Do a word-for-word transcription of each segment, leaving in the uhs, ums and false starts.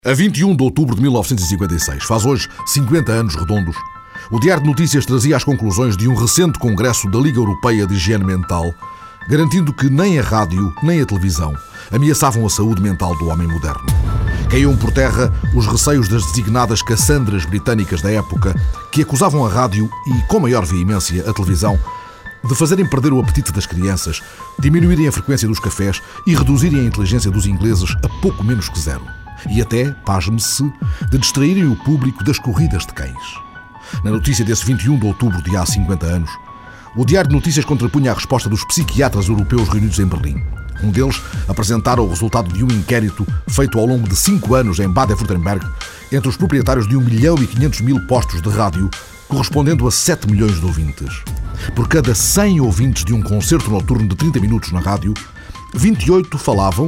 A vinte e um de outubro de mil novecentos e cinquenta e seis, faz hoje cinquenta anos redondos, o Diário de Notícias trazia as conclusões de um recente congresso da Liga Europeia de Higiene Mental, garantindo que nem a rádio nem a televisão ameaçavam a saúde mental do homem moderno. Caíam por terra os receios das designadas Cassandras britânicas da época, que acusavam a rádio e, com maior veemência, a televisão, de fazerem perder o apetite das crianças, diminuírem a frequência dos cafés e reduzirem a inteligência dos ingleses a pouco menos que zero. E até, pasme-se, de distraírem o público das corridas de cães. Na notícia desse vinte e um de outubro de há cinquenta anos, o Diário de Notícias contrapunha a resposta dos psiquiatras europeus reunidos em Berlim. Um deles apresentara o resultado de um inquérito feito ao longo de cinco anos em Baden-Württemberg entre os proprietários de um milhão e quinhentos mil postos de rádio, correspondendo a sete milhões de ouvintes. Por cada cem ouvintes de um concerto noturno de trinta minutos na rádio, vinte e oito falavam,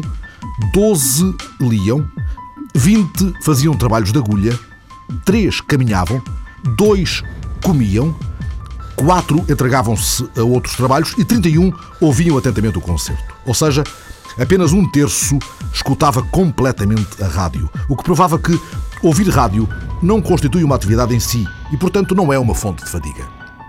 doze liam, vinte faziam trabalhos de agulha, três caminhavam, dois comiam, quatro entregavam-se a outros trabalhos e trinta e um ouviam atentamente o concerto. Ou seja, apenas um terço escutava completamente a rádio, o que provava que ouvir rádio não constitui uma atividade em si e, portanto, não é uma fonte de fadiga.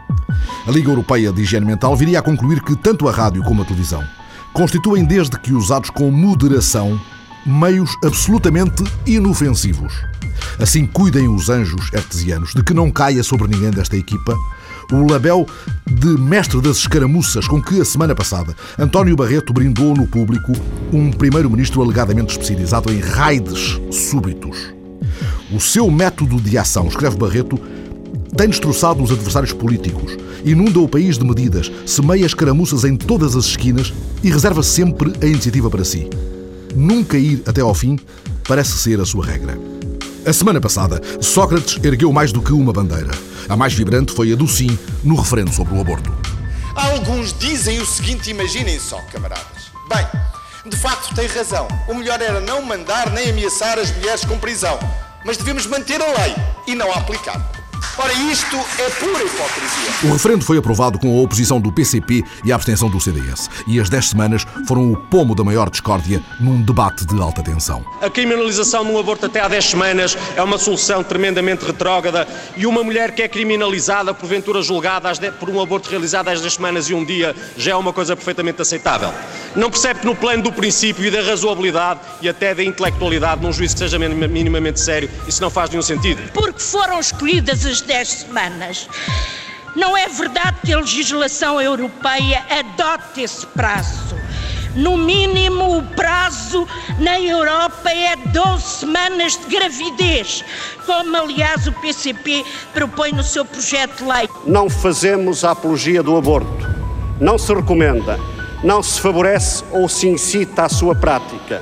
A Liga Europeia de Higiene Mental viria a concluir que tanto a rádio como a televisão constituem, desde que usados com moderação, meios absolutamente inofensivos. Assim cuidem os anjos artesianos de que não caia sobre ninguém desta equipa o labéu de mestre das escaramuças com que, a semana passada, António Barreto brindou no público um primeiro-ministro alegadamente especializado em raids súbitos. O seu método de ação, escreve Barreto, tem destroçado os adversários políticos, inunda o país de medidas, semeia escaramuças em todas as esquinas e reserva sempre a iniciativa para si. Nunca ir até ao fim parece ser a sua regra. A semana passada, Sócrates ergueu mais do que uma bandeira. A mais vibrante foi a do sim no referendo sobre o aborto. Alguns dizem o seguinte, imaginem só, camaradas. Bem, de facto tem razão. O melhor era não mandar nem ameaçar as mulheres com prisão. Mas devemos manter a lei e não a aplicar. Ora, isto é pura hipocrisia. O referendo foi aprovado com a oposição do P C P e a abstenção do C D S. E as dez semanas foram o pomo da maior discórdia num debate de alta tensão. A criminalização de um aborto até há dez semanas é uma solução tremendamente retrógrada e uma mulher que é criminalizada, porventura julgada por um aborto realizado às dez semanas e um dia, já é uma coisa perfeitamente aceitável. Não percebe que no plano do princípio e da razoabilidade e até da intelectualidade, num juízo que seja minimamente sério, isso não faz nenhum sentido. Porque foram escolhidas as dez semanas. Não é verdade que a legislação europeia adote esse prazo. No mínimo, o prazo na Europa é doze semanas de gravidez, como aliás o P C P propõe no seu projeto de lei. Não fazemos a apologia do aborto. Não se recomenda, não se favorece ou se incita à sua prática.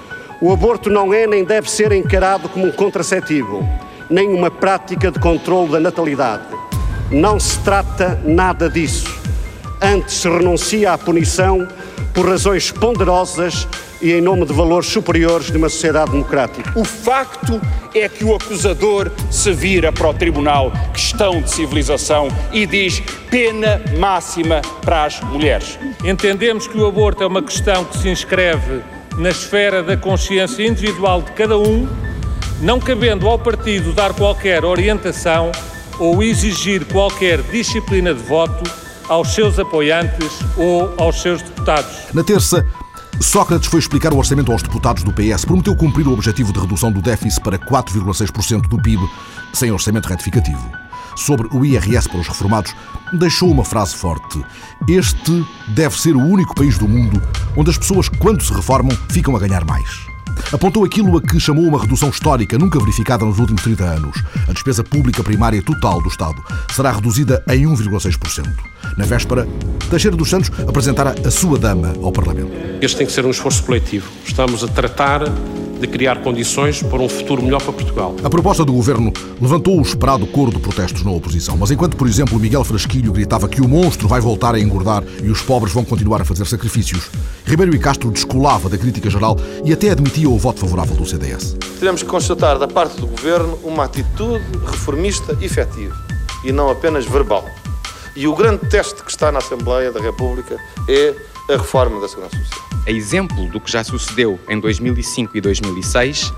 O aborto não é nem deve ser encarado como um contraceptivo, nem uma prática de controle da natalidade. Não se trata nada disso. Antes se renuncia à punição por razões ponderosas e em nome de valores superiores de uma sociedade democrática. O facto é que o acusador se vira para o Tribunal Questão de Civilização e diz pena máxima para as mulheres. Entendemos que o aborto é uma questão que se inscreve na esfera da consciência individual de cada um, não cabendo ao partido dar qualquer orientação ou exigir qualquer disciplina de voto aos seus apoiantes ou aos seus deputados. Na terça, Sócrates foi explicar o orçamento aos deputados do P S. Prometeu cumprir o objetivo de redução do déficit para quatro vírgula seis por cento do P I B, sem orçamento retificativo. Sobre o I R S para os reformados, deixou uma frase forte. Este deve ser o único país do mundo onde as pessoas, quando se reformam, ficam a ganhar mais. Apontou aquilo a que chamou uma redução histórica nunca verificada nos últimos trinta anos. A despesa pública primária total do Estado será reduzida em um vírgula seis por cento. Na véspera, Teixeira dos Santos apresentara a sua dama ao Parlamento. Este tem que ser um esforço coletivo. Estamos a tratar de criar condições para um futuro melhor para Portugal. A proposta do Governo levantou o esperado coro de protestos na oposição. Mas enquanto, por exemplo, Miguel Frasquilho gritava que o monstro vai voltar a engordar e os pobres vão continuar a fazer sacrifícios, Ribeiro e Castro descolava da crítica geral e até admitia o voto favorável do C D S. Teremos que constatar da parte do Governo uma atitude reformista efetiva e não apenas verbal. E o grande teste que está na Assembleia da República é a reforma da Segurança Social. A exemplo do que já sucedeu em dois mil e cinco e dois mil e seis,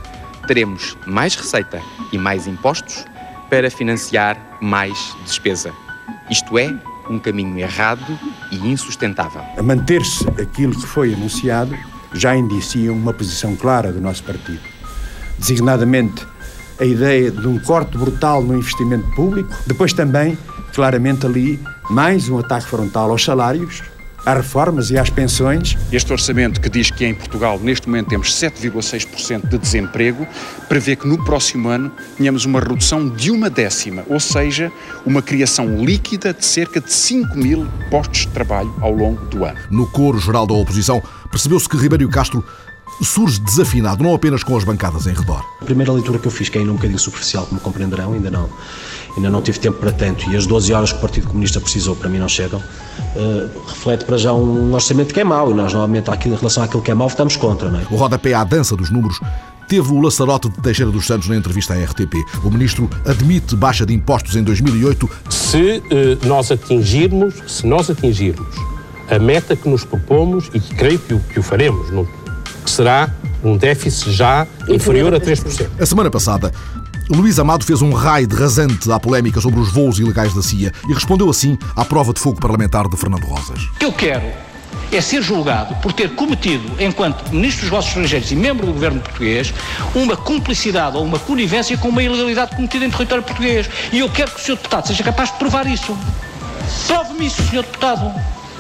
teremos mais receita e mais impostos para financiar mais despesa. Isto é, um caminho errado e insustentável. A manter-se aquilo que foi anunciado já indicia uma posição clara do nosso partido. Designadamente, a ideia de um corte brutal no investimento público, depois também, claramente ali, mais um ataque frontal aos salários, às reformas e às pensões. Este orçamento que diz que em Portugal neste momento temos sete vírgula seis por cento de desemprego, prevê que no próximo ano tenhamos uma redução de uma décima, ou seja, uma criação líquida de cerca de cinco mil postos de trabalho ao longo do ano. No coro geral da oposição, percebeu-se que Ribeiro Castro surge desafinado, não apenas com as bancadas em redor. A primeira leitura que eu fiz, que é ainda um bocadinho superficial, como compreenderão, ainda não, ainda não tive tempo para tanto, e as doze horas que o Partido Comunista precisou, para mim, não chegam, uh, reflete para já um orçamento que é mau, e nós, normalmente, em relação àquilo que é mau, votamos contra, não é? O rodapé à dança dos números teve o laçarote de Teixeira dos Santos na entrevista à R T P. O ministro admite baixa de impostos em dois mil e oito. Se uh, nós atingirmos, se nós atingirmos a meta que nos propomos, e que creio que o, que o faremos, não, que será um déficit já inferior a três por cento. A semana passada, Luís Amado fez um raid rasante à polémica sobre os voos ilegais da C I A e respondeu assim à prova de fogo parlamentar de Fernando Rosas. Eu quero é ser julgado por ter cometido, enquanto Ministro dos Negócios Estrangeiros e membro do governo português, uma cumplicidade ou uma conivência com uma ilegalidade cometida em território português. E eu quero que o senhor Deputado seja capaz de provar isso. Prove-me isso, senhor Deputado.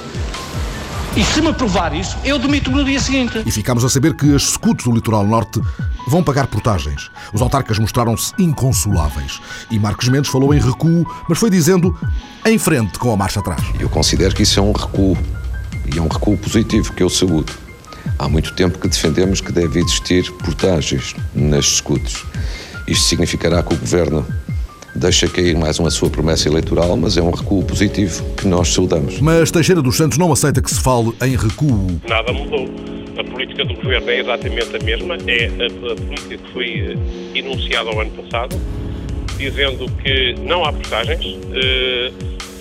E se me provar isso, eu demito-me no dia seguinte. E ficámos a saber que as scouts do Litoral Norte vão pagar portagens. Os autarcas mostraram-se inconsoláveis. E Marcos Mendes falou em recuo, mas foi dizendo em frente com a marcha atrás. Eu considero que isso é um recuo. E é um recuo positivo que eu saúdo. Há muito tempo que defendemos que deve existir portagens nas scouts. Isto significará que o Governo deixa cair mais uma sua promessa eleitoral, mas é um recuo positivo que nós saudamos. Mas Teixeira dos Santos não aceita que se fale em recuo. Nada mudou. A política do Governo é exatamente a mesma. É a, a política que foi enunciada ao ano passado, dizendo que não há portagens eh,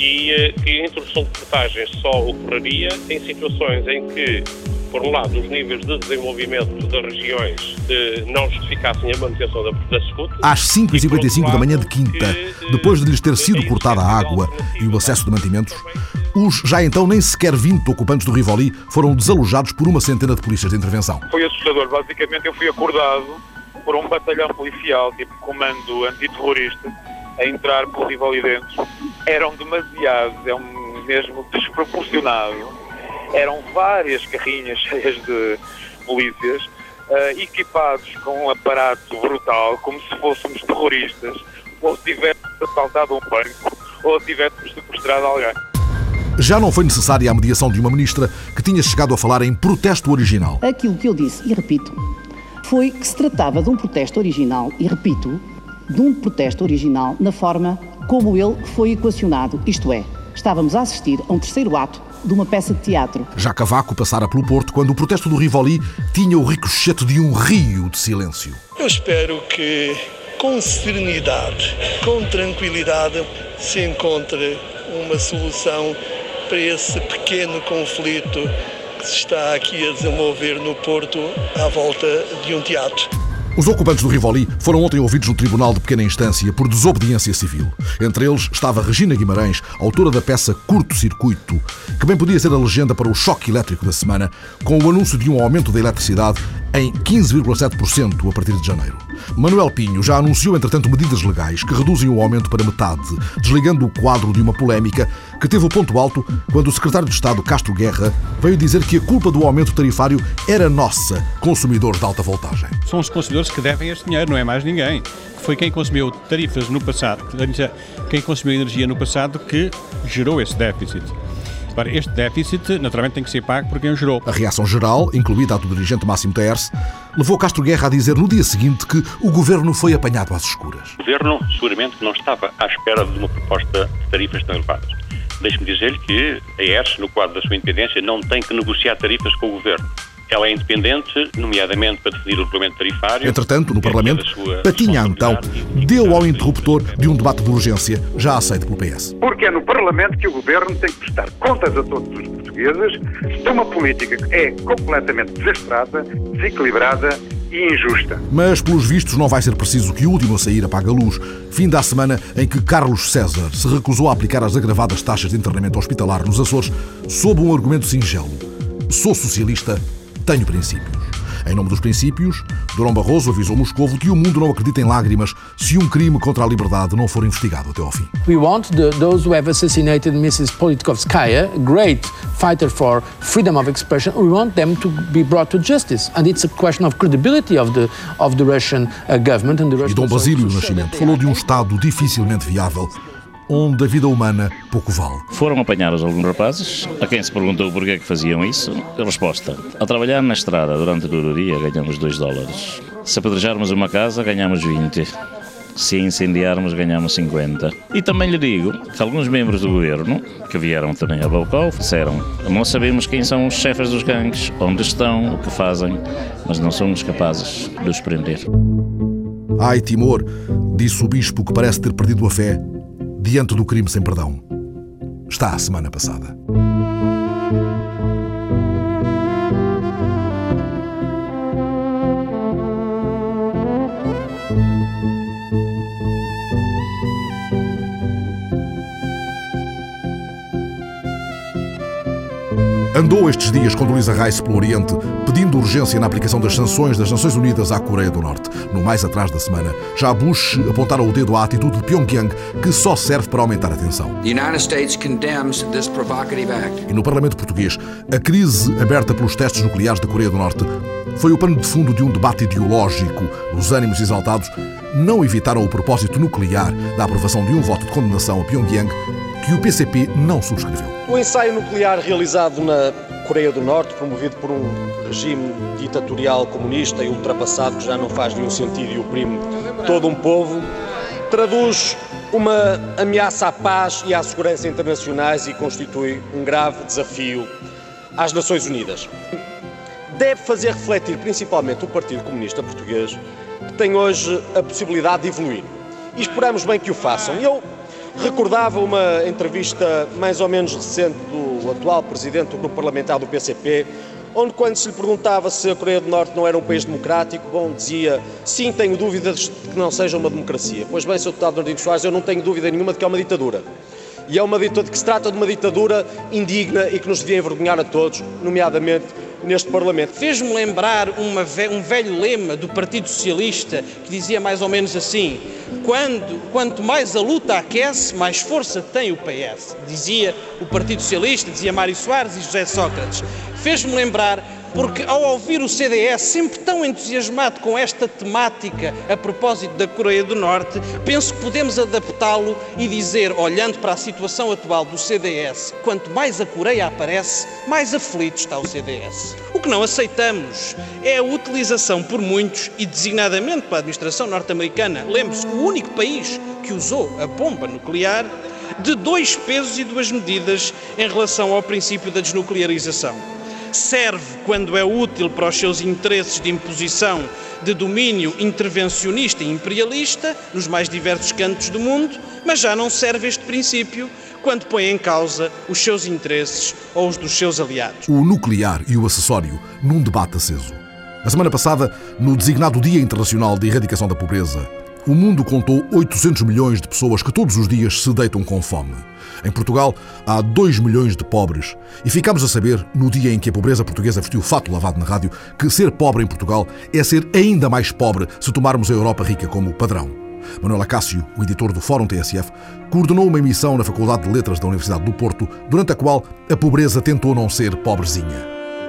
e que a introdução de portagens só ocorreria em situações em que, por um lado, os níveis de desenvolvimento das regiões eh, não justificassem a manutenção da, da SCUT. Às cinco e cinquenta e cinco da manhã de quinta, depois de lhes ter sido cortada a água e o acesso de mantimentos, os já então nem sequer vinte ocupantes do Rivoli foram desalojados por uma centena de polícias de intervenção. Foi assustador. Basicamente, eu fui acordado por um batalhão policial, tipo comando antiterrorista, a entrar pelo Rivoli dentro. Eram demasiados, é um mesmo desproporcionado. Eram várias carrinhas cheias de polícias, uh, equipados com um aparato brutal, como se fôssemos terroristas, ou se tivéssemos assaltado um banco, ou se tivéssemos sequestrado alguém. Já não foi necessária a mediação de uma ministra que tinha chegado a falar em protesto original. Aquilo que eu disse, e repito, foi que se tratava de um protesto original, e repito, de um protesto original na forma como ele foi equacionado, isto é, estávamos a assistir a um terceiro ato de uma peça de teatro. Já Cavaco passara pelo Porto quando o protesto do Rivoli tinha o ricochete de um rio de silêncio. Eu espero que, com serenidade, com tranquilidade, se encontre uma solução para esse pequeno conflito que se está aqui a desenvolver no Porto à volta de um teatro. Os ocupantes do Rivoli foram ontem ouvidos no Tribunal de Pequena Instância por desobediência civil. Entre eles estava Regina Guimarães, autora da peça Curto Circuito, que bem podia ser a legenda para o choque elétrico da semana, com o anúncio de um aumento da eletricidade em quinze vírgula sete por cento a partir de janeiro. Manuel Pinho já anunciou, entretanto, medidas legais que reduzem o aumento para metade, desligando o quadro de uma polémica que teve o ponto alto quando o secretário de Estado, Castro Guerra, veio dizer que a culpa do aumento tarifário era nossa, consumidores de alta voltagem. São os consumidores que devem este dinheiro, não é mais ninguém. Foi quem consumiu tarifas no passado, quem consumiu energia no passado que gerou esse déficit. Agora, este déficit, naturalmente, tem que ser pago por quem o gerou. A reação geral, incluída a do dirigente Máximo Taers, levou Castro Guerra a dizer no dia seguinte que o Governo foi apanhado às escuras. O Governo, seguramente, não estava à espera de uma proposta de tarifas tão elevadas. Deixe-me dizer-lhe que a E R S, no quadro da sua independência, não tem que negociar tarifas com o Governo. Ela é independente, nomeadamente para definir o regulamento tarifário. Entretanto, no Parlamento, Patinha Antão deu ao interruptor de um debate de urgência, já aceito pelo P S. Porque é no Parlamento que o Governo tem que prestar contas a todos os portugueses de uma política que é completamente desastrada, desequilibrada e injusta. Mas, pelos vistos, não vai ser preciso que o último a sair apague a luz. Fim da semana em que Carlos César se recusou a aplicar as agravadas taxas de internamento hospitalar nos Açores sob um argumento singelo. Sou socialista, tenho princípios. Em nome dos princípios, Durão Barroso avisou Moscovo que o mundo não acredita em lágrimas se um crime contra a liberdade não for investigado até ao fim. We want the, those who have assassinated Missus Politkovskaya, great fighter for freedom of expression, we want them to be brought to justice. And it's a question of credibility of the, of the Russian uh, government and the Russian... E Dom Basílio Nascimento falou de um Estado dificilmente viável, onde a vida humana pouco vale. Foram apanhados alguns rapazes, a quem se perguntou porquê que faziam isso. A resposta: a trabalhar na estrada durante todo o dia ganhamos dois dólares. Se apedrejarmos uma casa ganhamos vinte. Se a incendiarmos ganhamos cinquenta. E também lhe digo que alguns membros do governo, que vieram também a Balcão, disseram: não sabemos quem são os chefes dos gangues, onde estão, o que fazem, mas não somos capazes de os prender. Ai, Timor, disse o bispo que parece ter perdido a fé diante do crime sem perdão. Está a semana passada. Andou estes dias com Luísa Reis pelo Oriente, pedindo urgência na aplicação das sanções das Nações Unidas à Coreia do Norte. No mais atrás da semana, já Bush apontara o dedo à atitude de Pyongyang, que só serve para aumentar a tensão. The United States condemns this provocative act. E no Parlamento português, a crise aberta pelos testes nucleares da Coreia do Norte foi o pano de fundo de um debate ideológico. Os ânimos exaltados não evitaram o propósito nuclear da aprovação de um voto de condenação a Pyongyang, que o P C P não subscreveu. O ensaio nuclear realizado na Coreia do Norte, promovido por um regime ditatorial comunista e ultrapassado que já não faz nenhum sentido e oprime todo um povo, traduz uma ameaça à paz e à segurança internacionais e constitui um grave desafio às Nações Unidas. Deve fazer refletir principalmente o Partido Comunista Português, que tem hoje a possibilidade de evoluir. E esperamos bem que o façam. Eu recordava uma entrevista mais ou menos recente do atual presidente do grupo parlamentar do P C P, onde, quando se lhe perguntava se a Coreia do Norte não era um país democrático, bom, dizia: sim, tenho dúvidas de que não seja uma democracia. Pois bem, senhor deputado Nordino Soares, eu não tenho dúvida nenhuma de que é uma ditadura. E é uma ditadura que se trata de uma ditadura indigna e que nos devia envergonhar a todos, nomeadamente neste Parlamento. Fez-me lembrar uma ve- um velho lema do Partido Socialista que dizia mais ou menos assim: Quando, quanto mais a luta aquece, mais força tem o P S. Dizia o Partido Socialista, dizia Mário Soares e José Sócrates. Fez-me lembrar porque, ao ouvir o C D S sempre tão entusiasmado com esta temática a propósito da Coreia do Norte, penso que podemos adaptá-lo e dizer, olhando para a situação atual do C D S, quanto mais a Coreia aparece, mais aflito está o C D S. O que não aceitamos é a utilização por muitos, e designadamente pela administração norte-americana, lembre-se, o único país que usou a bomba nuclear, de dois pesos e duas medidas em relação ao princípio da desnuclearização. Serve quando é útil para os seus interesses de imposição de domínio intervencionista e imperialista nos mais diversos cantos do mundo, mas já não serve este princípio quando põe em causa os seus interesses ou os dos seus aliados. O nuclear e o acessório num debate aceso. A semana passada, no designado Dia Internacional de Erradicação da Pobreza, o mundo contou oitocentos milhões de pessoas que todos os dias se deitam com fome. Em Portugal, há dois milhões de pobres. E ficámos a saber, no dia em que a pobreza portuguesa vestiu o fato lavado na rádio, que ser pobre em Portugal é ser ainda mais pobre se tomarmos a Europa rica como padrão. Manuel Acácio, o editor do Fórum T S F, coordenou uma emissão na Faculdade de Letras da Universidade do Porto, durante a qual a pobreza tentou não ser pobrezinha.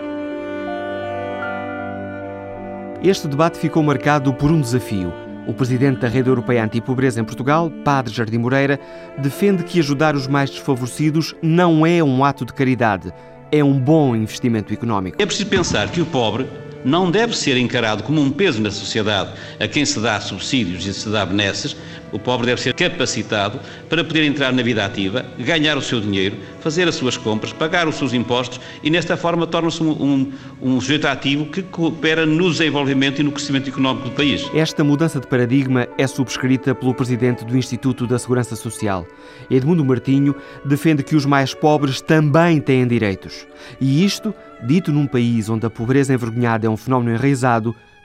Este debate ficou marcado por um desafio. O presidente da Rede Europeia Antipobreza em Portugal, Padre Jardim Moreira, defende que ajudar os mais desfavorecidos não é um ato de caridade, é um bom investimento económico. É preciso pensar que o pobre não deve ser encarado como um peso na sociedade a quem se dá subsídios e se dá benesses. O pobre deve ser capacitado para poder entrar na vida ativa, ganhar o seu dinheiro, fazer as suas compras, pagar os seus impostos e, nesta forma, torna-se um, um, um sujeito ativo que coopera no desenvolvimento e no crescimento económico do país. Esta mudança de paradigma é subscrita pelo presidente do Instituto da Segurança Social. Edmundo Martinho defende que os mais pobres também têm direitos. E isto, dito num país onde a pobreza envergonhada é um fenómeno enraizado,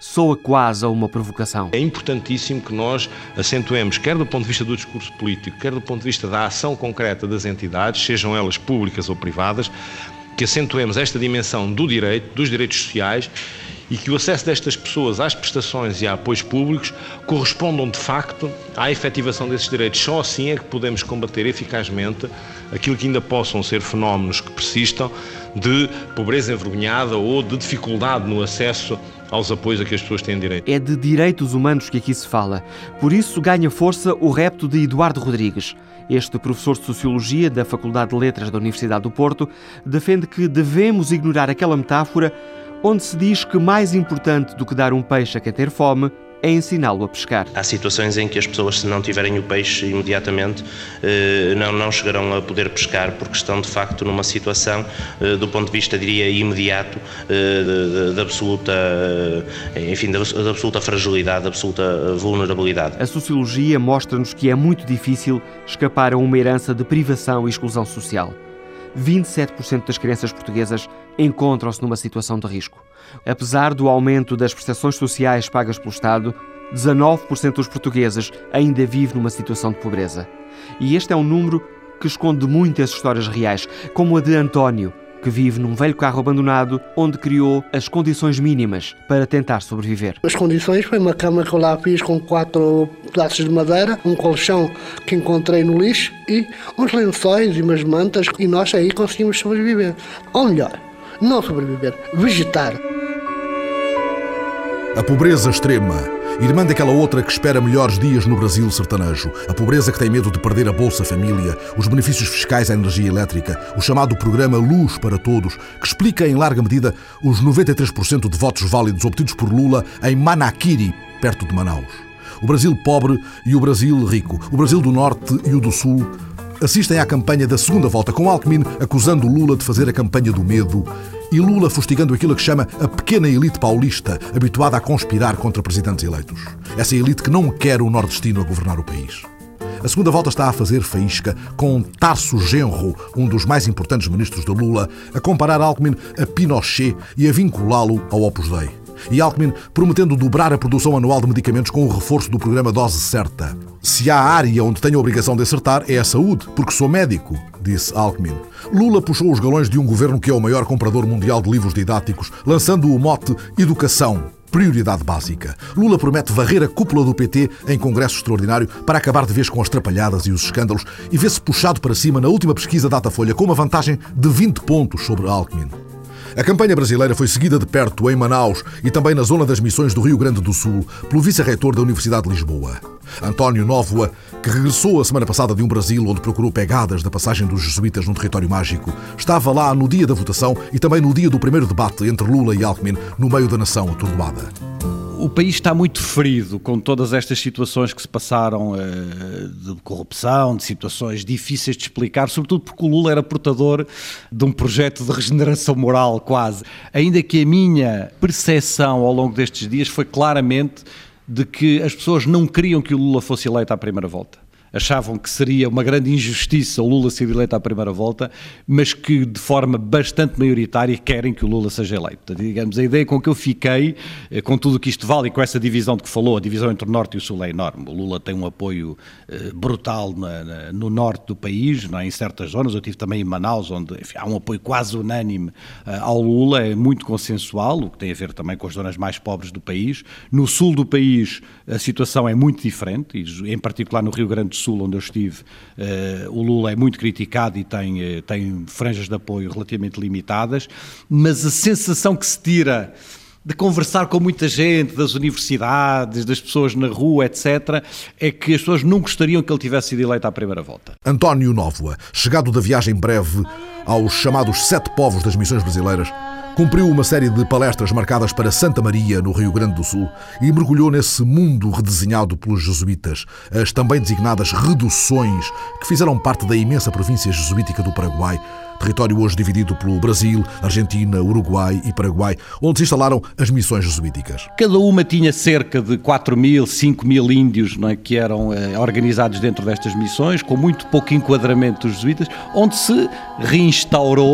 soa quase a uma provocação. É importantíssimo que nós acentuemos, quer do ponto de vista do discurso político, quer do ponto de vista da ação concreta das entidades, sejam elas públicas ou privadas, que acentuemos esta dimensão do direito, dos direitos sociais, e que o acesso destas pessoas às prestações e a apoios públicos correspondam de facto à efetivação desses direitos. Só assim é que podemos combater eficazmente aquilo que ainda possam ser fenómenos que persistam de pobreza envergonhada ou de dificuldade no acesso aos apoios a que as pessoas têm direito. É de direitos humanos que aqui se fala. Por isso ganha força o repto de Eduardo Rodrigues. Este professor de Sociologia da Faculdade de Letras da Universidade do Porto defende que devemos ignorar aquela metáfora onde se diz que mais importante do que dar um peixe a quem ter fome é ensiná-lo a pescar. Há situações em que as pessoas, se não tiverem o peixe imediatamente, não, não chegarão a poder pescar porque estão, de facto, numa situação, do ponto de vista, diria, imediato, de, de absoluta, enfim, de absoluta fragilidade, de absoluta vulnerabilidade. A sociologia mostra-nos que é muito difícil escapar a uma herança de privação e exclusão social. vinte e sete por cento das crianças portuguesas encontram-se numa situação de risco. Apesar do aumento das prestações sociais pagas pelo Estado, dezanove por cento dos portugueses ainda vivem numa situação de pobreza. E este é um número que esconde muitas histórias reais, como a de António, que vive num velho carro abandonado onde criou as condições mínimas para tentar sobreviver. As condições foi uma cama que eu lá fiz com quatro pedaços de madeira, um colchão que encontrei no lixo e uns lençóis e umas mantas, e nós aí conseguimos sobreviver. Ou melhor, não sobreviver, vegetar. A pobreza extrema, irmã daquela outra que espera melhores dias no Brasil sertanejo. A pobreza que tem medo de perder a Bolsa Família, os benefícios fiscais à energia elétrica, o chamado programa Luz para Todos, que explica em larga medida os noventa e três por cento de votos válidos obtidos por Lula em Manaquiri, perto de Manaus. O Brasil pobre e o Brasil rico, o Brasil do Norte e o do Sul, assistem à campanha da segunda volta, com Alckmin acusando Lula de fazer a campanha do medo e Lula fustigando aquilo que chama a pequena elite paulista, habituada a conspirar contra presidentes eleitos. Essa elite que não quer o nordestino a governar o país. A segunda volta está a fazer faísca com Tarso Genro, um dos mais importantes ministros de Lula, a comparar Alckmin a Pinochet e a vinculá-lo ao Opus Dei. E Alckmin prometendo dobrar a produção anual de medicamentos com o reforço do programa Dose Certa. Se há área onde tenho a obrigação de acertar é a saúde, porque sou médico, disse Alckmin. Lula puxou os galões de um governo que é o maior comprador mundial de livros didáticos, lançando o mote Educação, prioridade básica. Lula promete varrer a cúpula do P T em congresso extraordinário para acabar de vez com as trapalhadas e os escândalos e vê-se puxado para cima na última pesquisa Datafolha com uma vantagem de vinte pontos sobre Alckmin. A campanha brasileira foi seguida de perto em Manaus e também na zona das missões do Rio Grande do Sul pelo vice-reitor da Universidade de Lisboa. António Nóvoa, que regressou a semana passada de um Brasil onde procurou pegadas da passagem dos jesuítas num território mágico, estava lá no dia da votação e também no dia do primeiro debate entre Lula e Alckmin no meio da nação atordoada. O país está muito ferido com todas estas situações que se passaram de corrupção, de situações difíceis de explicar, sobretudo porque o Lula era portador de um projeto de regeneração moral quase. Ainda que a minha percepção ao longo destes dias foi claramente de que as pessoas não queriam que o Lula fosse eleito à primeira volta. Achavam que seria uma grande injustiça o Lula ser eleito à primeira volta, mas que de forma bastante maioritária querem que o Lula seja eleito. Portanto, digamos, a ideia com que eu fiquei, com tudo o que isto vale e com essa divisão de que falou, a divisão entre o Norte e o Sul é enorme. O Lula tem um apoio eh, brutal na, na, no Norte do país, não é? Em certas zonas. Eu estive também em Manaus, onde enfim, há um apoio quase unânime eh, ao Lula, é muito consensual, o que tem a ver também com as zonas mais pobres do país. No Sul do país a situação é muito diferente, e em particular no Rio Grande do Sul, onde eu estive, uh, o Lula é muito criticado e tem, uh, tem franjas de apoio relativamente limitadas, mas a sensação que se tira de conversar com muita gente, das universidades, das pessoas na rua, etcétera, é que as pessoas não gostariam que ele tivesse sido eleito à primeira volta. António Nóvoa, chegado da viagem breve aos chamados sete povos das missões brasileiras, cumpriu uma série de palestras marcadas para Santa Maria, no Rio Grande do Sul, e mergulhou nesse mundo redesenhado pelos jesuítas, as também designadas reduções, que fizeram parte da imensa província jesuítica do Paraguai, território hoje dividido pelo Brasil, Argentina, Uruguai e Paraguai, onde se instalaram as missões jesuíticas. Cada uma tinha cerca de quatro mil, cinco mil índios, não é, que eram eh, organizados dentro destas missões, com muito pouco enquadramento dos jesuítas, onde se reinstaurou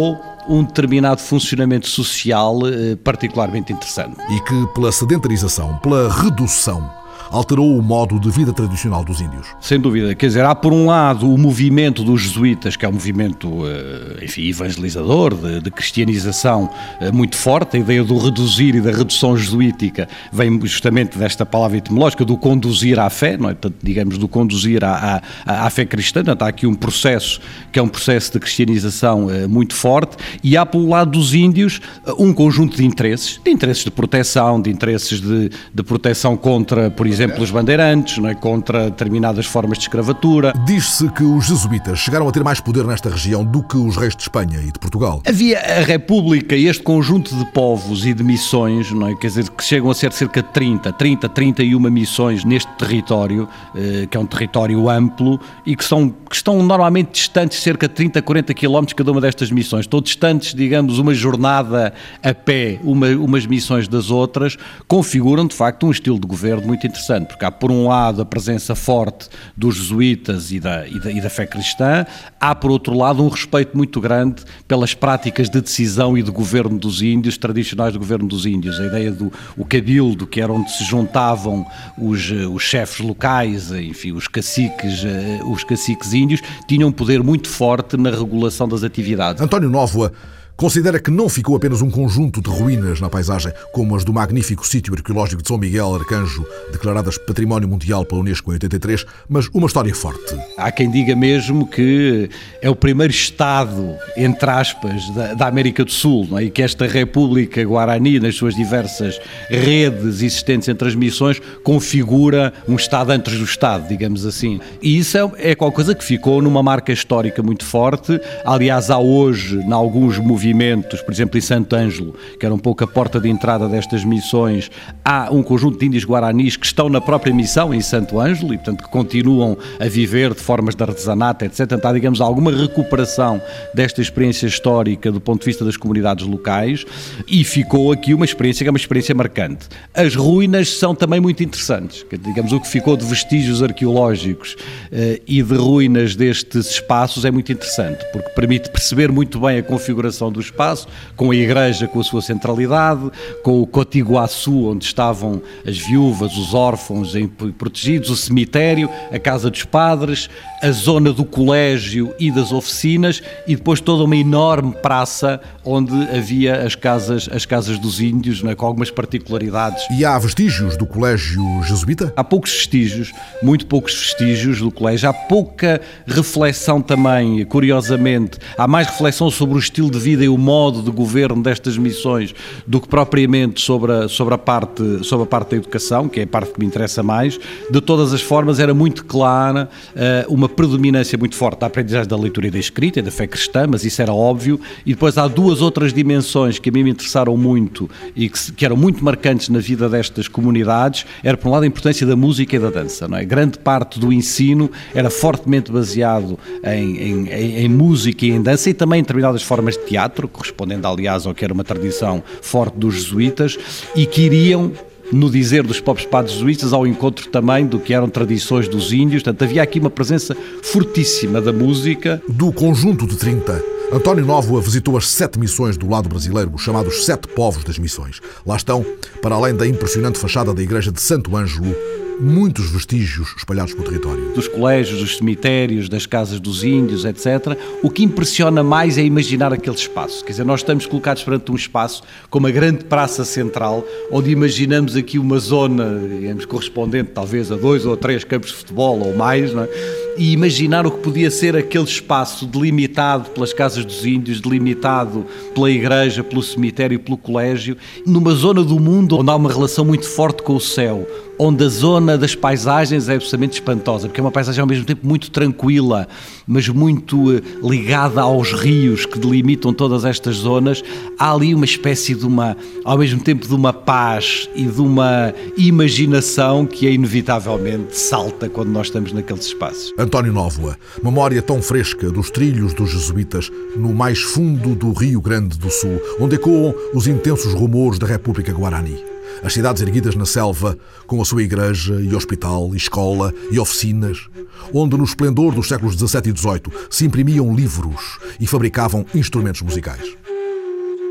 um determinado funcionamento social particularmente interessante. E que, pela sedentarização, pela redução, alterou o modo de vida tradicional dos índios. Sem dúvida. Quer dizer, há por um lado o movimento dos jesuítas, que é um movimento, enfim, evangelizador, de, de cristianização muito forte. A ideia do reduzir e da redução jesuítica vem justamente desta palavra etimológica, do conduzir à fé, não é? Portanto, digamos, do conduzir à, à, à fé cristã. Portanto, há aqui um processo que é um processo de cristianização muito forte, e há pelo lado dos índios um conjunto de interesses, de interesses de proteção, de interesses de, de proteção contra, por exemplo, exemplo, os bandeirantes, não é? Contra determinadas formas de escravatura. Diz-se que os jesuítas chegaram a ter mais poder nesta região do que os reis de Espanha e de Portugal. Havia a República e este conjunto de povos e de missões, não é? Quer dizer, que chegam a ser cerca de trinta, trinta, trinta e uma missões neste território, que é um território amplo e que, são, que estão normalmente distantes cerca de trinta, quarenta quilómetros cada uma destas missões. Estão distantes, digamos, uma jornada a pé, uma, umas missões das outras, configuram de facto um estilo de governo muito interessante. Porque há, por um lado, a presença forte dos jesuítas e da, e, da, e da fé cristã, há, por outro lado, um respeito muito grande pelas práticas de decisão e de governo dos índios, tradicionais do governo dos índios. A ideia do o cabildo, que era onde se juntavam os, os chefes locais, enfim, os caciques, os caciques índios, tinham um poder muito forte na regulação das atividades. António Nóvoa considera que não ficou apenas um conjunto de ruínas na paisagem, como as do magnífico sítio arqueológico de São Miguel Arcanjo, declaradas Património Mundial pela Unesco em oitenta e três, mas uma história forte. Há quem diga mesmo que é o primeiro Estado, entre aspas, da, da América do Sul, não é? E que esta República Guarani, nas suas diversas redes existentes entre as missões, configura um Estado antes do Estado, digamos assim. E isso é, é qualquer coisa que ficou numa marca histórica muito forte. Aliás, há hoje, em alguns movimentos, por exemplo, em Santo Ângelo, que era um pouco a porta de entrada destas missões, há um conjunto de índios guaranis que estão na própria missão em Santo Ângelo e, portanto, que continuam a viver de formas de artesanato, etcétera. Portanto, há, digamos, alguma recuperação desta experiência histórica do ponto de vista das comunidades locais e ficou aqui uma experiência que é uma experiência marcante. As ruínas são também muito interessantes, digamos, o que ficou de vestígios arqueológicos eh, e de ruínas destes espaços é muito interessante, porque permite perceber muito bem a configuração do espaço, com a igreja com a sua centralidade, com o Cotiguaçu, onde estavam as viúvas, os órfãos protegidos, o cemitério, a casa dos padres, a zona do colégio e das oficinas e depois toda uma enorme praça onde havia as casas, as casas dos índios, né, com algumas particularidades. E há vestígios do colégio jesuíta? Há poucos vestígios, muito poucos vestígios do colégio. Há pouca reflexão também, curiosamente. Há mais reflexão sobre o estilo de vida e o modo de governo destas missões do que propriamente sobre a, sobre a, parte, sobre a parte da educação, que é a parte que me interessa mais. De todas as formas, era muito clara uh, uma predominância muito forte da aprendizagem da leitura e da escrita e da fé cristã, mas isso era óbvio. E depois há duas outras dimensões que a mim me interessaram muito e que, que eram muito marcantes na vida destas comunidades. Era, por um lado, a importância da música e da dança. Não é? Grande parte do ensino era fortemente baseado em, em, em, em música e em dança e também em determinadas formas de teatro, correspondendo, aliás, ao que era uma tradição forte dos jesuítas e que iriam, no dizer dos próprios padres jesuítas, ao encontro também do que eram tradições dos índios. Portanto, havia aqui uma presença fortíssima da música. Do conjunto de trinta, António Nóvoa visitou as sete missões do lado brasileiro, os chamados Sete Povos das Missões. Lá estão, para além da impressionante fachada da igreja de Santo Ângelo, muitos vestígios espalhados pelo território. Dos colégios, dos cemitérios, das casas dos índios, etcétera. O que impressiona mais é imaginar aquele espaço. Quer dizer, nós estamos colocados perante um espaço com uma grande praça central, onde imaginamos aqui uma zona, digamos, correspondente talvez a dois ou três campos de futebol ou mais, não é? E imaginar o que podia ser aquele espaço delimitado pelas casas dos índios, delimitado pela igreja, pelo cemitério e pelo colégio, numa zona do mundo onde há uma relação muito forte com o céu, onde a zona das paisagens é absolutamente espantosa, porque é uma paisagem ao mesmo tempo muito tranquila, mas muito ligada aos rios que delimitam todas estas zonas. Há ali uma espécie de uma, ao mesmo tempo de uma paz e de uma imaginação que é inevitavelmente salta quando nós estamos naqueles espaços. António Nóvoa, memória tão fresca dos trilhos dos jesuítas no mais fundo do Rio Grande do Sul, onde ecoam os intensos rumores da República Guarani. As cidades erguidas na selva, com a sua igreja e hospital, e escola e oficinas, onde no esplendor dos séculos dezassete e dezoito se imprimiam livros e fabricavam instrumentos musicais.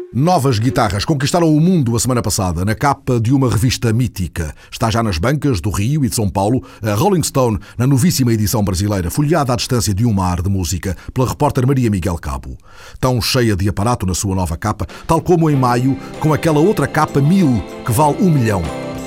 Novas guitarras conquistaram o mundo a semana passada na capa de uma revista mítica. Está já nas bancas do Rio e de São Paulo a Rolling Stone, na novíssima edição brasileira, folheada à distância de um mar de música, pela repórter Maria Miguel Cabo. Tão cheia de aparato na sua nova capa, tal como em maio, com aquela outra capa mil, que vale um milhão.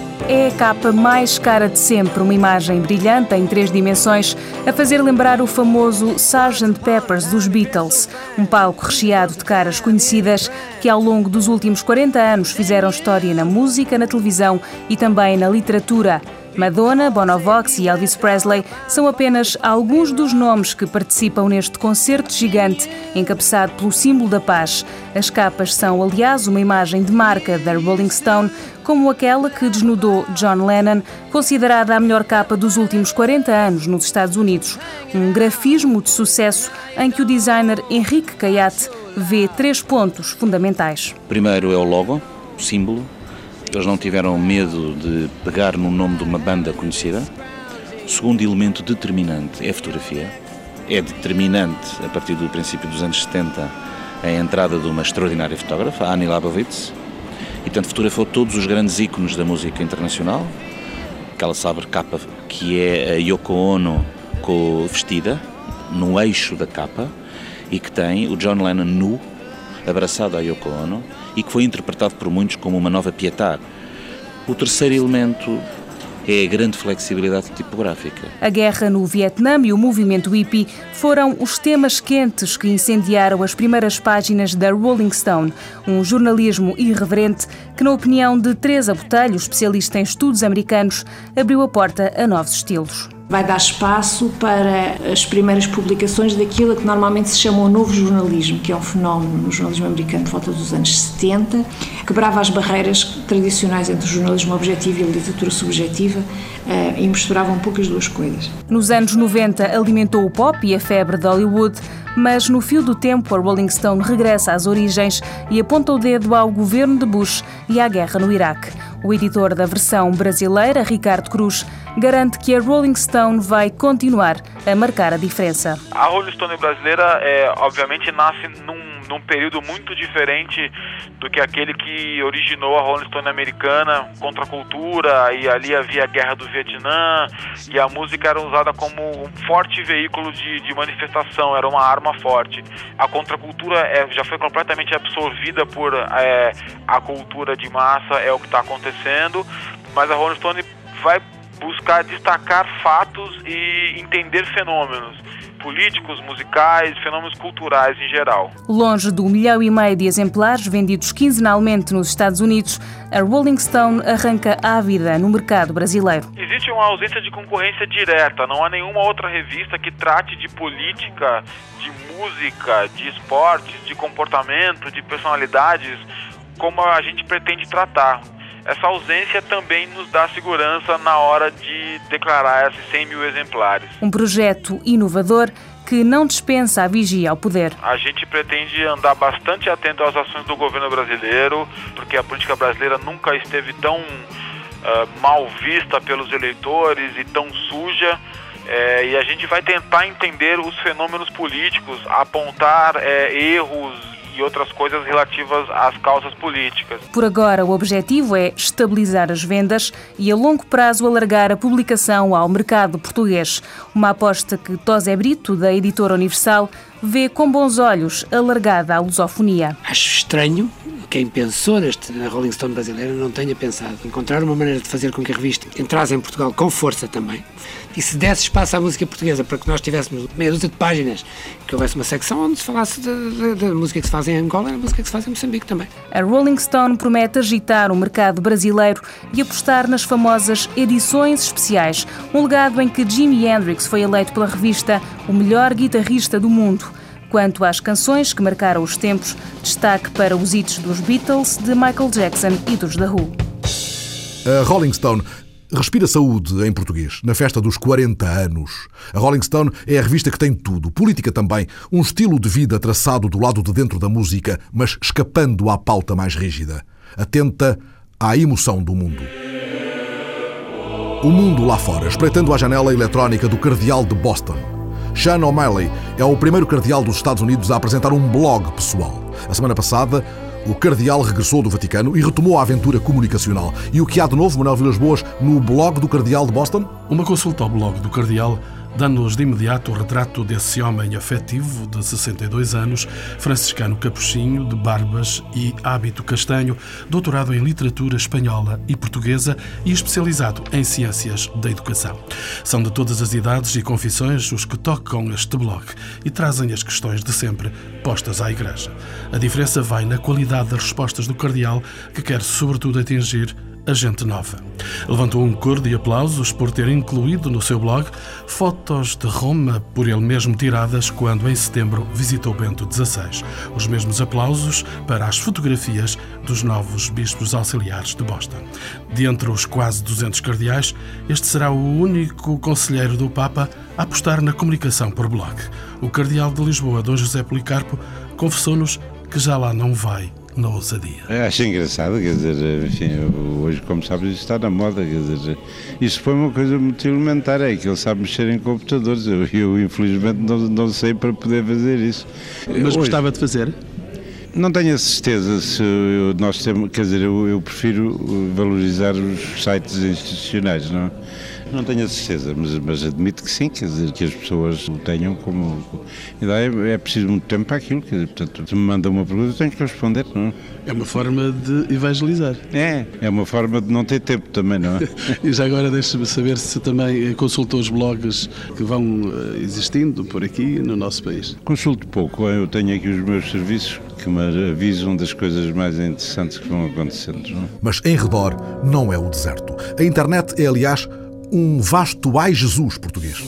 É a capa mais cara de sempre, uma imagem brilhante em três dimensões, a fazer lembrar o famoso sergeant Pepper's dos Beatles, um palco recheado de caras conhecidas que ao longo dos últimos quarenta anos fizeram história na música, na televisão e também na literatura. Madonna, Bono Vox e Elvis Presley são apenas alguns dos nomes que participam neste concerto gigante encabeçado pelo símbolo da paz. As capas são, aliás, uma imagem de marca da Rolling Stone, como aquela que desnudou John Lennon, considerada a melhor capa dos últimos quarenta anos nos Estados Unidos. Um grafismo de sucesso em que o designer Henrique Caiate vê três pontos fundamentais. Primeiro é o logo, o símbolo. Eles não tiveram medo de pegar no nome de uma banda conhecida. O segundo elemento determinante é a fotografia. É determinante, a partir do princípio dos anos setenta, a entrada de uma extraordinária fotógrafa, Annie Leibovitz, e portanto fotografou todos os grandes ícones da música internacional. Aquela célebre capa que é a Yoko Ono vestida no eixo da capa e que tem o John Lennon nu, abraçado à Yoko Ono, e que foi interpretado por muitos como uma nova Pietà. O terceiro elemento é a grande flexibilidade tipográfica. A guerra no Vietnã e o movimento hippie foram os temas quentes que incendiaram as primeiras páginas da Rolling Stone, um jornalismo irreverente que, na opinião de Teresa Botelho, especialista em estudos americanos, abriu a porta a novos estilos. Vai dar espaço para as primeiras publicações daquilo que normalmente se chama o novo jornalismo, que é um fenómeno no jornalismo americano de volta dos anos setenta, quebrava as barreiras tradicionais entre o jornalismo objetivo e a literatura subjetiva e misturava um pouco as duas coisas. Nos anos noventa alimentou o pop e a febre de Hollywood, mas no fio do tempo a Rolling Stone regressa às origens e aponta o dedo ao governo de Bush e à guerra no Iraque. O editor da versão brasileira, Ricardo Cruz, garante que a Rolling Stone vai continuar a marcar a diferença. A Rolling Stone brasileira, é, obviamente, nasce num, num período muito diferente do que aquele que originou a Rolling Stone americana, contra a cultura, e ali havia a guerra do Vietnã, e a música era usada como um forte veículo de, de manifestação, era uma arma forte. A contracultura é, já foi completamente absorvida por é, a cultura de massa, é o que está acontecendo, mas a Rolling Stone vai buscar destacar fatos e entender fenômenos políticos, musicais, fenômenos culturais em geral. Longe do milhão e meio de exemplares vendidos quinzenalmente nos Estados Unidos, a Rolling Stone arranca ávida no mercado brasileiro. Existe uma ausência de concorrência direta, não há nenhuma outra revista que trate de política, de música, de esportes, de comportamento, de personalidades, como a gente pretende tratar. Essa ausência também nos dá segurança na hora de declarar esses cem mil exemplares. Um projeto inovador que não dispensa a vigia ao poder. A gente pretende andar bastante atento às ações do governo brasileiro, porque a política brasileira nunca esteve tão uh, mal vista pelos eleitores e tão suja. É, e a gente vai tentar entender os fenômenos políticos, apontar é, erros e outras coisas relativas às causas políticas. Por agora, o objetivo é estabilizar as vendas e, a longo prazo, alargar a publicação ao mercado português. Uma aposta que Tosé Brito, da Editora Universal, vê com bons olhos alargada à lusofonia. Acho estranho quem pensou neste, na Rolling Stone brasileira não tenha pensado encontrar uma maneira de fazer com que a revista entrasse em Portugal com força também e se desse espaço à música portuguesa para que nós tivéssemos meia dúzia de páginas, que houvesse uma secção onde se falasse da música que se faz em Angola e da música que se faz em Moçambique também. A Rolling Stone promete agitar o mercado brasileiro e apostar nas famosas edições especiais, um legado em que Jimi Hendrix foi eleito pela revista o melhor guitarrista do mundo. Quanto às canções que marcaram os tempos, destaque para os hits dos Beatles, de Michael Jackson e dos The Who. A Rolling Stone respira saúde em português, na festa dos quarenta anos. A Rolling Stone é a revista que tem tudo, política também, um estilo de vida traçado do lado de dentro da música, mas escapando à pauta mais rígida, atenta à emoção do mundo. O mundo lá fora, espreitando a janela eletrónica do cardeal de Boston. Sean O'Malley é o primeiro cardeal dos Estados Unidos a apresentar um blog pessoal. A semana passada, O cardeal regressou do Vaticano e retomou a aventura comunicacional. E o que há de novo, Manuel Vilas Boas, no blog do cardeal de Boston? Uma consulta ao blog do cardeal dá-nos de imediato o retrato desse homem afetivo de sessenta e dois anos, franciscano capuchinho, de barbas e hábito castanho, doutorado em literatura espanhola e portuguesa e especializado em ciências da educação. São de todas as idades e confissões os que tocam este blog e trazem as questões de sempre postas à Igreja. A diferença vai na qualidade das respostas do cardeal, que quer sobretudo atingir a gente nova. Levantou um coro de aplausos por ter incluído no seu blog fotos de Roma por ele mesmo tiradas quando em setembro visitou Bento dezasseis. Os mesmos aplausos para as fotografias dos novos bispos auxiliares de Boston. De entre os quase duzentos cardeais, este será o único conselheiro do Papa a apostar na comunicação por blog. O cardeal de Lisboa, Dom José Policarpo, confessou-nos que já lá não vai na ousadia. Eu acho engraçado, quer dizer, enfim, hoje, como sabes, isso está na moda, quer dizer, isso foi uma coisa muito elementar, é que ele sabe mexer em computadores, eu, eu infelizmente não, não sei para poder fazer isso. Mas hoje, gostava de fazer? Não tenho a certeza se eu, nós temos, quer dizer, eu, eu prefiro valorizar os sites institucionais, não é? Não tenho a certeza, mas, mas admito que sim, quer dizer, que as pessoas o tenham como ideia. É preciso muito tempo para aquilo, quer dizer, portanto, se me manda uma pergunta, eu tenho que responder, não é? É uma forma de evangelizar. É, é uma forma de não ter tempo também, não é? E já agora deixe-me saber se também consultou os blogs que vão existindo por aqui no nosso país. Consulto pouco, eu tenho aqui os meus serviços que me avisam das coisas mais interessantes que vão acontecendo, não é? Mas em redor não é o deserto. A internet é, aliás, um vasto ai Jesus português.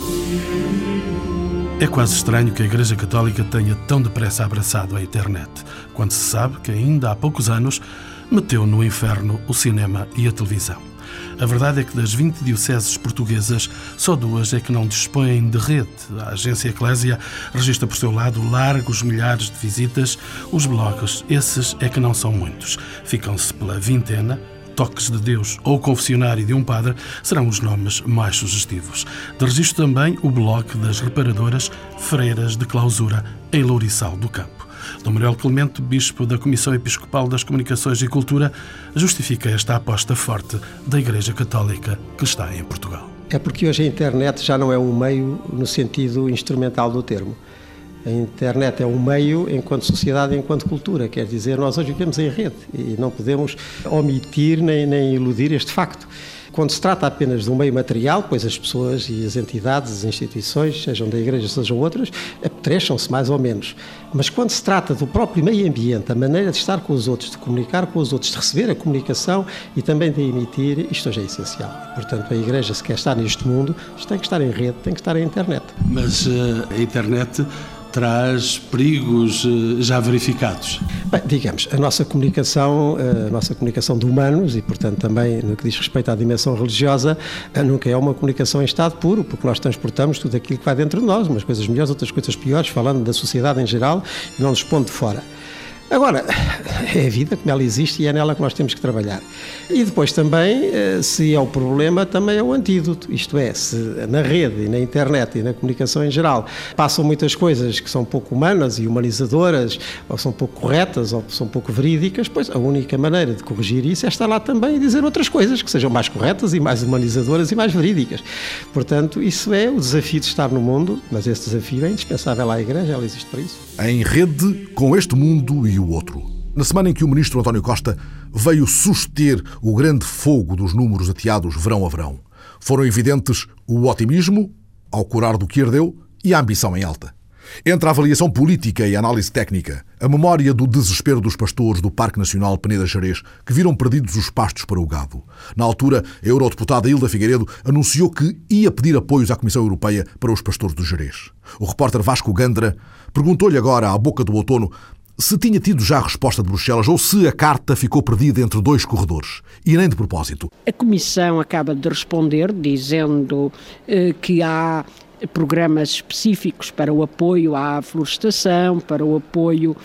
É quase estranho que a Igreja Católica tenha tão depressa abraçado a internet, quando se sabe que ainda há poucos anos meteu no inferno o cinema e a televisão. A verdade é que das vinte dioceses portuguesas, só duas é que não dispõem de rede. A agência Eclésia registra por seu lado largos milhares de visitas. Os blogs, esses é que não são muitos. Ficam-se pela vintena. Toques de Deus ou Confessionário de um Padre serão os nomes mais sugestivos. De registro também o blog das reparadoras Freiras de Clausura em Louriçal do Campo. Dom Manuel Clemente, bispo da Comissão Episcopal das Comunicações e Cultura, justifica esta aposta forte da Igreja Católica que está em Portugal. É porque hoje a internet já não é um meio no sentido instrumental do termo. A internet é um meio enquanto sociedade e enquanto cultura, quer dizer, nós hoje vivemos em rede e não podemos omitir nem, nem iludir este facto. Quando se trata apenas de um meio material, pois as pessoas e as entidades, as instituições, sejam da Igreja, sejam outras, apetrecham-se mais ou menos. Mas quando se trata do próprio meio ambiente, a maneira de estar com os outros, de comunicar com os outros, de receber a comunicação e também de emitir, isto hoje é essencial. Portanto, a Igreja, se quer estar neste mundo, tem que estar em rede, tem que estar em internet. Mas uh, a internet traz perigos já verificados? Bem, digamos, a nossa comunicação, a nossa comunicação de humanos e, portanto, também no que diz respeito à dimensão religiosa, nunca é uma comunicação em estado puro, porque nós transportamos tudo aquilo que vai dentro de nós, umas coisas melhores, outras coisas piores, falando da sociedade em geral e não nos pondo de fora. Agora, é a vida como ela existe e é nela que nós temos que trabalhar. E depois também, se é o problema, também é o antídoto. Isto é, se na rede e na internet e na comunicação em geral passam muitas coisas que são pouco humanas e humanizadoras, ou são pouco corretas, ou são pouco verídicas, pois a única maneira de corrigir isso é estar lá também e dizer outras coisas que sejam mais corretas e mais humanizadoras e mais verídicas. Portanto, isso é o desafio de estar no mundo, mas esse desafio é indispensável à Igreja, ela existe para isso. Em rede com este mundo e o outro. Na semana em que o ministro António Costa veio suster o grande fogo dos números ateados verão a verão, foram evidentes o otimismo, ao curar do que ardeu, e a ambição em alta. Entre a avaliação política e a análise técnica, a memória do desespero dos pastores do Parque Nacional Peneda Gerês, que viram perdidos os pastos para o gado. Na altura, a eurodeputada Hilda Figueiredo anunciou que ia pedir apoios à Comissão Europeia para os pastores do Gerês. O repórter Vasco Gandra perguntou-lhe agora, à boca do outono, se tinha tido já a resposta de Bruxelas ou se a carta ficou perdida entre dois corredores. E nem de propósito. A Comissão acaba de responder dizendo eh, que há programas específicos para o apoio à florestação, para o apoio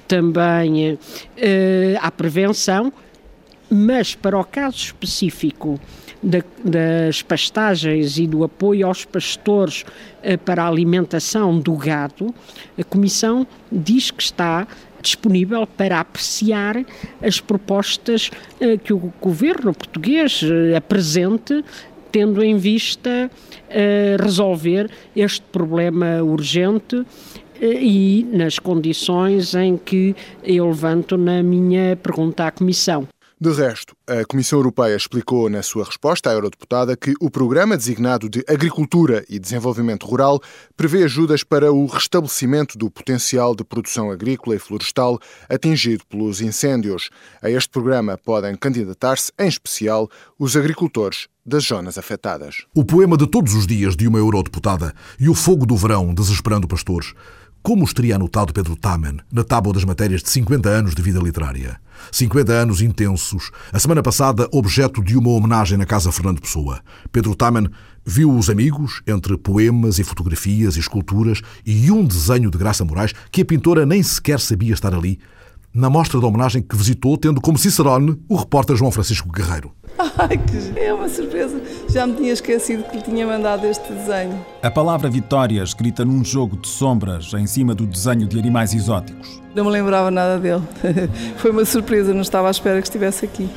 também eh, à prevenção, mas para o caso específico da, das pastagens e do apoio aos pastores eh, para a alimentação do gado, a Comissão diz que está disponível para apreciar as propostas uh, que o governo português uh, apresente, tendo em vista uh, resolver este problema urgente uh, e nas condições em que eu levanto na minha pergunta à Comissão. De resto, a Comissão Europeia explicou na sua resposta à eurodeputada que o programa designado de Agricultura e Desenvolvimento Rural prevê ajudas para o restabelecimento do potencial de produção agrícola e florestal atingido pelos incêndios. A este programa podem candidatar-se, em especial, os agricultores das zonas afetadas. O poema de todos os dias de uma eurodeputada e o fogo do verão desesperando pastores. Como os teria anotado Pedro Taman na tábua das matérias de cinquenta anos de vida literária? cinquenta anos intensos, a semana passada objeto de uma homenagem na Casa Fernando Pessoa. Pedro Taman viu os amigos entre poemas e fotografias e esculturas e um desenho de Graça Morais que a pintora nem sequer sabia estar ali, na mostra de homenagem que visitou, tendo como cicerone o repórter João Francisco Guerreiro. Ai, que é uma surpresa. Já me tinha esquecido que lhe tinha mandado este desenho. A palavra Vitória, escrita num jogo de sombras em cima do desenho de animais exóticos. Não me lembrava nada dele. Foi uma surpresa, não estava à espera que estivesse aqui.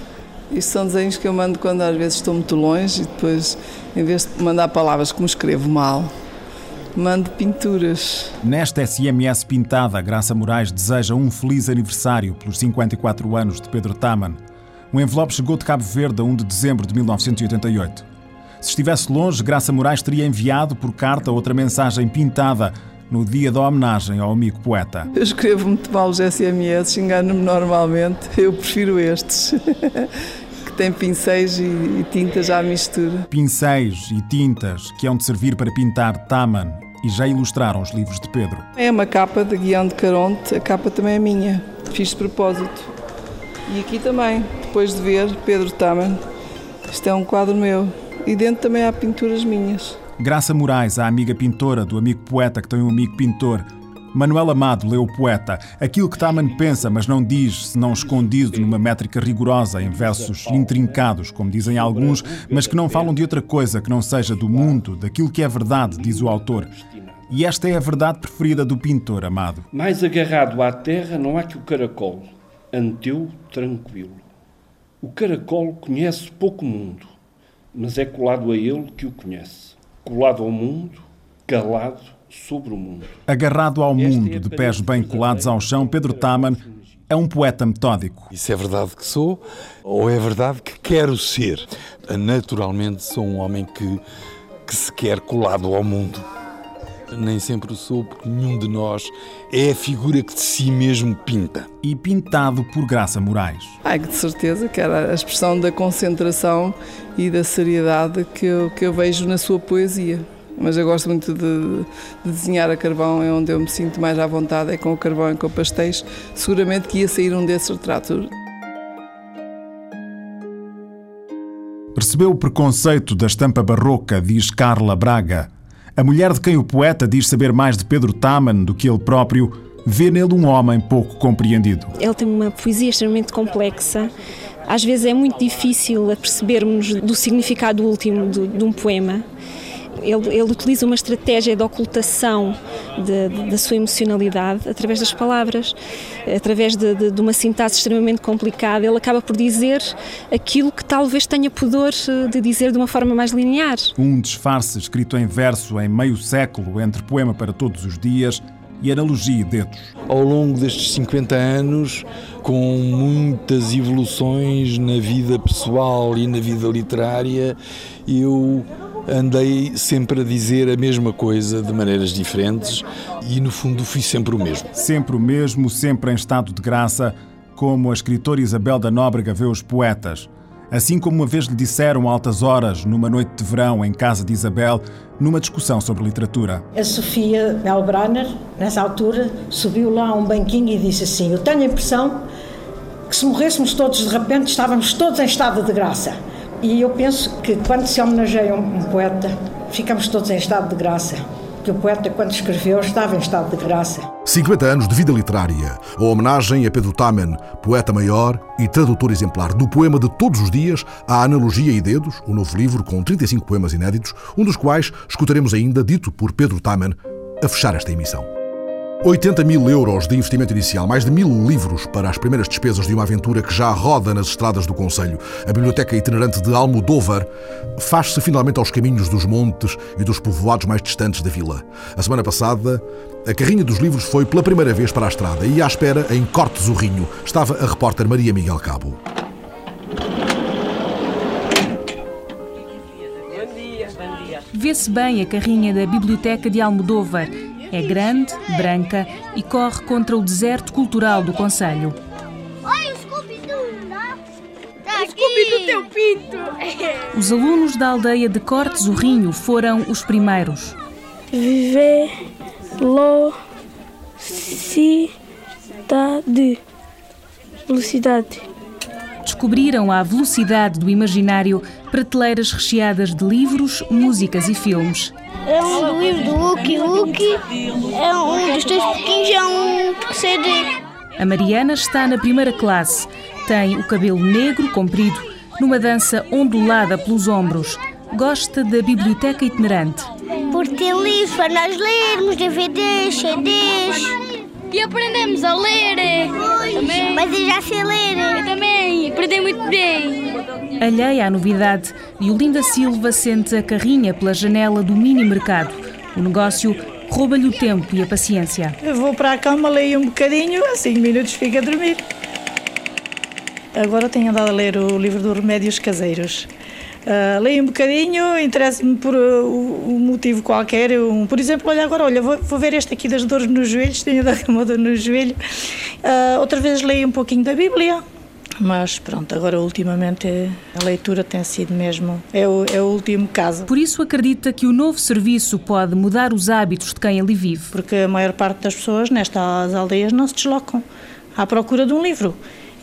Isto são desenhos que eu mando quando às vezes estou muito longe e depois, em vez de mandar palavras como escrevo mal, mando pinturas. Nesta S M S pintada, Graça Morais deseja um feliz aniversário pelos cinquenta e quatro anos de Pedro Taman. O envelope chegou de Cabo Verde a um de dezembro de mil novecentos e oitenta e oito. Se estivesse longe, Graça Morais teria enviado por carta outra mensagem pintada no dia da homenagem ao amigo poeta. Eu escrevo muito mal os S M S, engano-me normalmente. Eu prefiro estes, que têm pincéis e, e tintas à mistura. Pincéis e tintas que hão de servir para pintar Taman e já ilustraram os livros de Pedro. É uma capa de Guião de Caronte, a capa também é minha, fiz de propósito. E aqui também, depois de ver Pedro Taman, isto é um quadro meu. E dentro também há pinturas minhas. Graça Morais, a amiga pintora do amigo poeta que tem um amigo pintor. Manuel Amado leu o poeta. Aquilo que Taman pensa, mas não diz, senão escondido numa métrica rigorosa, em versos intrincados, como dizem alguns, mas que não falam de outra coisa que não seja do mundo, daquilo que é verdade, diz o autor. E esta é a verdade preferida do pintor Amado. Mais agarrado à terra não há que o caracol. Anteu tranquilo. O caracol conhece pouco mundo, mas é colado a ele que o conhece. Colado ao mundo, calado sobre o mundo. Agarrado ao mundo, de pés bem colados ao chão, Pedro Taman é um poeta metódico. Isso é verdade que sou, ou é verdade que quero ser? Naturalmente sou um homem que, que se quer colado ao mundo. Nem sempre o sou, porque nenhum de nós é a figura que de si mesmo pinta. E pintado por Graça Morais. Ai, que de certeza que era a expressão da concentração e da seriedade que eu, que eu vejo na sua poesia. Mas eu gosto muito de, de desenhar a carvão, é onde eu me sinto mais à vontade, é com o carvão e com pastéis. Seguramente que ia sair um desses retratos. Percebeu o preconceito da estampa barroca, diz Carla Braga. A mulher de quem o poeta diz saber mais de Pedro Taman do que ele próprio, vê nele um homem pouco compreendido. Ele tem uma poesia extremamente complexa. Às vezes é muito difícil percebermos do significado último de, de um poema. Ele, ele utiliza uma estratégia de ocultação de, de, da sua emocionalidade através das palavras, através de, de, de uma sintaxe extremamente complicada. Ele acaba por dizer aquilo que talvez tenha pudor de dizer de uma forma mais linear. Um disfarce escrito em verso em meio século entre poema para todos os dias e analogia e dedos. Ao longo destes cinquenta anos, com muitas evoluções na vida pessoal e na vida literária, eu andei sempre a dizer a mesma coisa de maneiras diferentes e, no fundo, fui sempre o mesmo. Sempre o mesmo, sempre em estado de graça, como a escritora Isabel da Nóbrega vê os poetas. Assim como uma vez lhe disseram a altas horas, numa noite de verão, em casa de Isabel, numa discussão sobre literatura. A Sofia Melbrenner, nessa altura, subiu lá a um banquinho e disse assim: eu tenho a impressão que se morrêssemos todos de repente, estávamos todos em estado de graça. E eu penso que quando se homenageia um poeta, ficamos todos em estado de graça. Porque o poeta, quando escreveu, estava em estado de graça. cinquenta anos de vida literária. A homenagem a Pedro Taman, poeta maior e tradutor exemplar do poema de todos os dias, a Analogia e Dedos, o novo livro com trinta e cinco poemas inéditos, um dos quais escutaremos ainda, dito por Pedro Taman, a fechar esta emissão. oitenta mil euros de investimento inicial, mais de mil livros para as primeiras despesas de uma aventura que já roda nas estradas do concelho. A Biblioteca Itinerante de Almodóvar faz-se finalmente aos caminhos dos montes e dos povoados mais distantes da vila. A semana passada, a carrinha dos livros foi pela primeira vez para a estrada e à espera, em Cortes o Rinho, estava a repórter Maria Miguel Cabo. Vê-se bem a carrinha da Biblioteca de Almodóvar. É grande, branca e corre contra o deserto cultural do concelho. Olha o Scooby-Doo, não? Tá aqui. O Scooby do teu pinto. Os alunos da aldeia de Cortes o Rinho foram os primeiros. Viver velocidade. Velocidade. Descobriram à velocidade do imaginário prateleiras recheadas de livros, músicas e filmes. É um do livro do Uki Uki, é um dos três pequenos, é um C D. A Mariana está na primeira classe. Tem o cabelo negro, comprido, numa dança ondulada pelos ombros. Gosta da biblioteca itinerante. Por ter livros para nós lermos, D V Ds, C Ds. E aprendemos a ler. Também. Mas eu já sei ler. Eu também, aprendi muito bem. Alheia à novidade, Diolinda Silva sente a carrinha pela janela do mini mercado. O negócio rouba-lhe o tempo e a paciência. Eu vou para a cama, leio um bocadinho, a cinco minutos fico a dormir. Agora tenho andado a ler o livro dos remédios caseiros. Uh, leio um bocadinho, interessa-me por uh, um motivo qualquer. Um, por exemplo, olha agora, olha, vou, vou ver este aqui das dores nos joelhos, tenho dado uma dor no joelho. Uh, outra vez leio um pouquinho da Bíblia. Mas pronto, agora ultimamente a leitura tem sido mesmo, é o, é o último caso. Por isso acredita que o novo serviço pode mudar os hábitos de quem ali vive. Porque a maior parte das pessoas nestas aldeias não se deslocam à procura de um livro.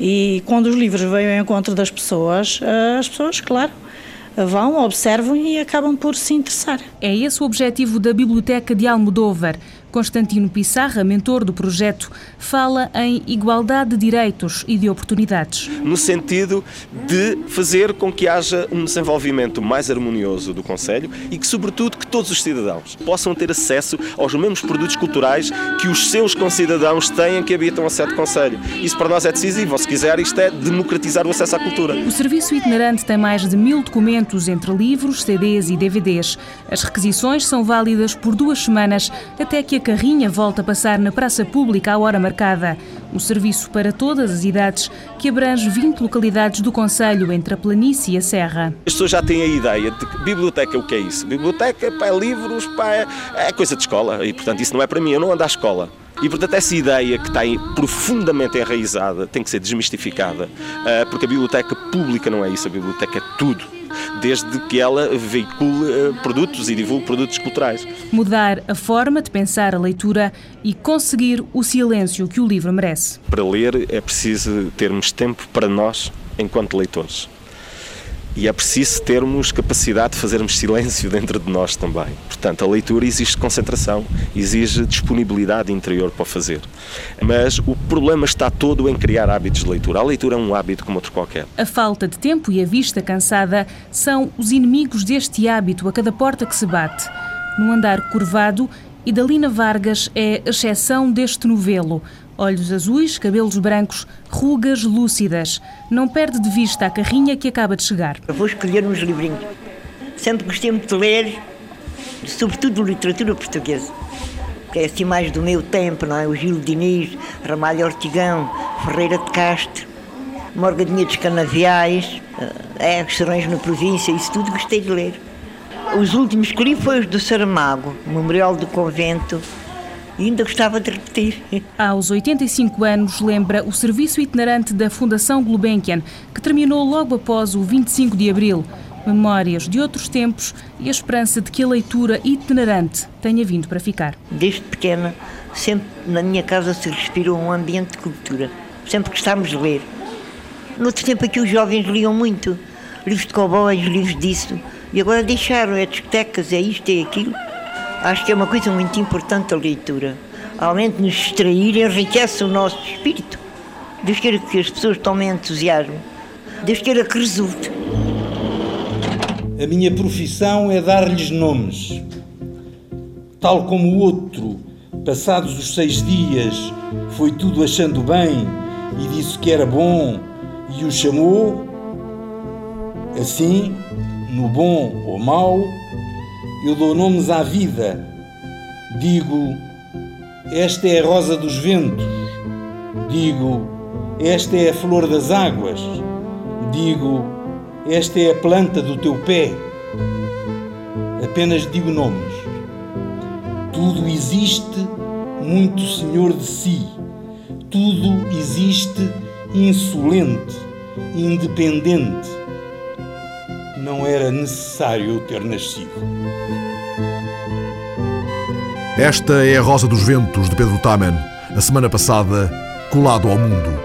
E quando os livros vêm ao encontro das pessoas, as pessoas, claro, vão, observam e acabam por se interessar. É esse o objetivo da Biblioteca de Almodóvar. Constantino Pissarra, mentor do projeto, fala em igualdade de direitos e de oportunidades. No sentido de fazer com que haja um desenvolvimento mais harmonioso do concelho e que, sobretudo, que todos os cidadãos possam ter acesso aos mesmos produtos culturais que os seus concidadãos têm que habitam a sede do concelho. Isso para nós é decisivo. Se quiser, isto é democratizar o acesso à cultura. O serviço itinerante tem mais de mil documentos entre livros, C Ds e D V Ds. As requisições são válidas por duas semanas até que a carrinha volta a passar na praça pública à hora marcada. Um serviço para todas as idades que abrange vinte localidades do concelho entre a planície e a serra. As pessoas já têm a ideia de que biblioteca, o que é isso? Biblioteca, pá, é livros, pá, é, é coisa de escola e, portanto, isso não é para mim, eu não ando à escola. E, portanto, essa ideia que está profundamente enraizada tem que ser desmistificada, porque a biblioteca pública não é isso, a biblioteca é tudo, desde que ela veicule produtos e divulgue produtos culturais. Mudar a forma de pensar a leitura e conseguir o silêncio que o livro merece. Para ler é preciso termos tempo para nós, enquanto leitores. E é preciso termos capacidade de fazermos silêncio dentro de nós também. Portanto, a leitura exige concentração, exige disponibilidade interior para o fazer. Mas o problema está todo em criar hábitos de leitura. A leitura é um hábito como outro qualquer. A falta de tempo e a vista cansada são os inimigos deste hábito a cada porta que se bate. No andar curvado, Idalina Vargas é a exceção deste novelo. Olhos azuis, cabelos brancos, rugas lúcidas. Não perde de vista a carrinha que acaba de chegar. Eu vou escolher uns livrinhos. Sempre gostei muito de ler, sobretudo de literatura portuguesa. Que é assim mais do meu tempo, não é? O Gil Diniz, Ramalho Ortigão, Ferreira de Castro, Morgadinha dos Canaviais, é, Serões na Província, isso tudo gostei de ler. Os últimos que li foi os do Saramago, o Memorial do Convento, e ainda gostava de repetir. Aos oitenta e cinco anos, lembra o serviço itinerante da Fundação Gulbenkian, que terminou logo após o vinte e cinco de abril. Memórias de outros tempos e a esperança de que a leitura itinerante tenha vindo para ficar. Desde pequena, sempre na minha casa se respirou um ambiente de cultura. Sempre gostámos de ler. No outro tempo aqui os jovens liam muito. Livros de cowboys, livros disso. E agora deixaram, é discotecas, é isto, é aquilo. Acho que é uma coisa muito importante a leitura. Além de nos distrair, enriquece o nosso espírito. Deus queira que as pessoas tomem entusiasmo. Deus queira que resulte. A minha profissão é dar-lhes nomes. Tal como o outro Passados os seis dias, foi tudo achando bem e disse que era bom e o chamou. Assim, no bom ou mau, eu dou nomes à vida. Digo, esta é a rosa dos ventos. Digo, esta é a flor das águas. Digo, esta é a planta do teu pé. Apenas digo nomes. Tudo existe muito senhor de si. Tudo existe insolente, independente. Não era necessário eu ter nascido. Esta é a Rosa dos Ventos, de Pedro Taman, a semana passada, colado ao mundo.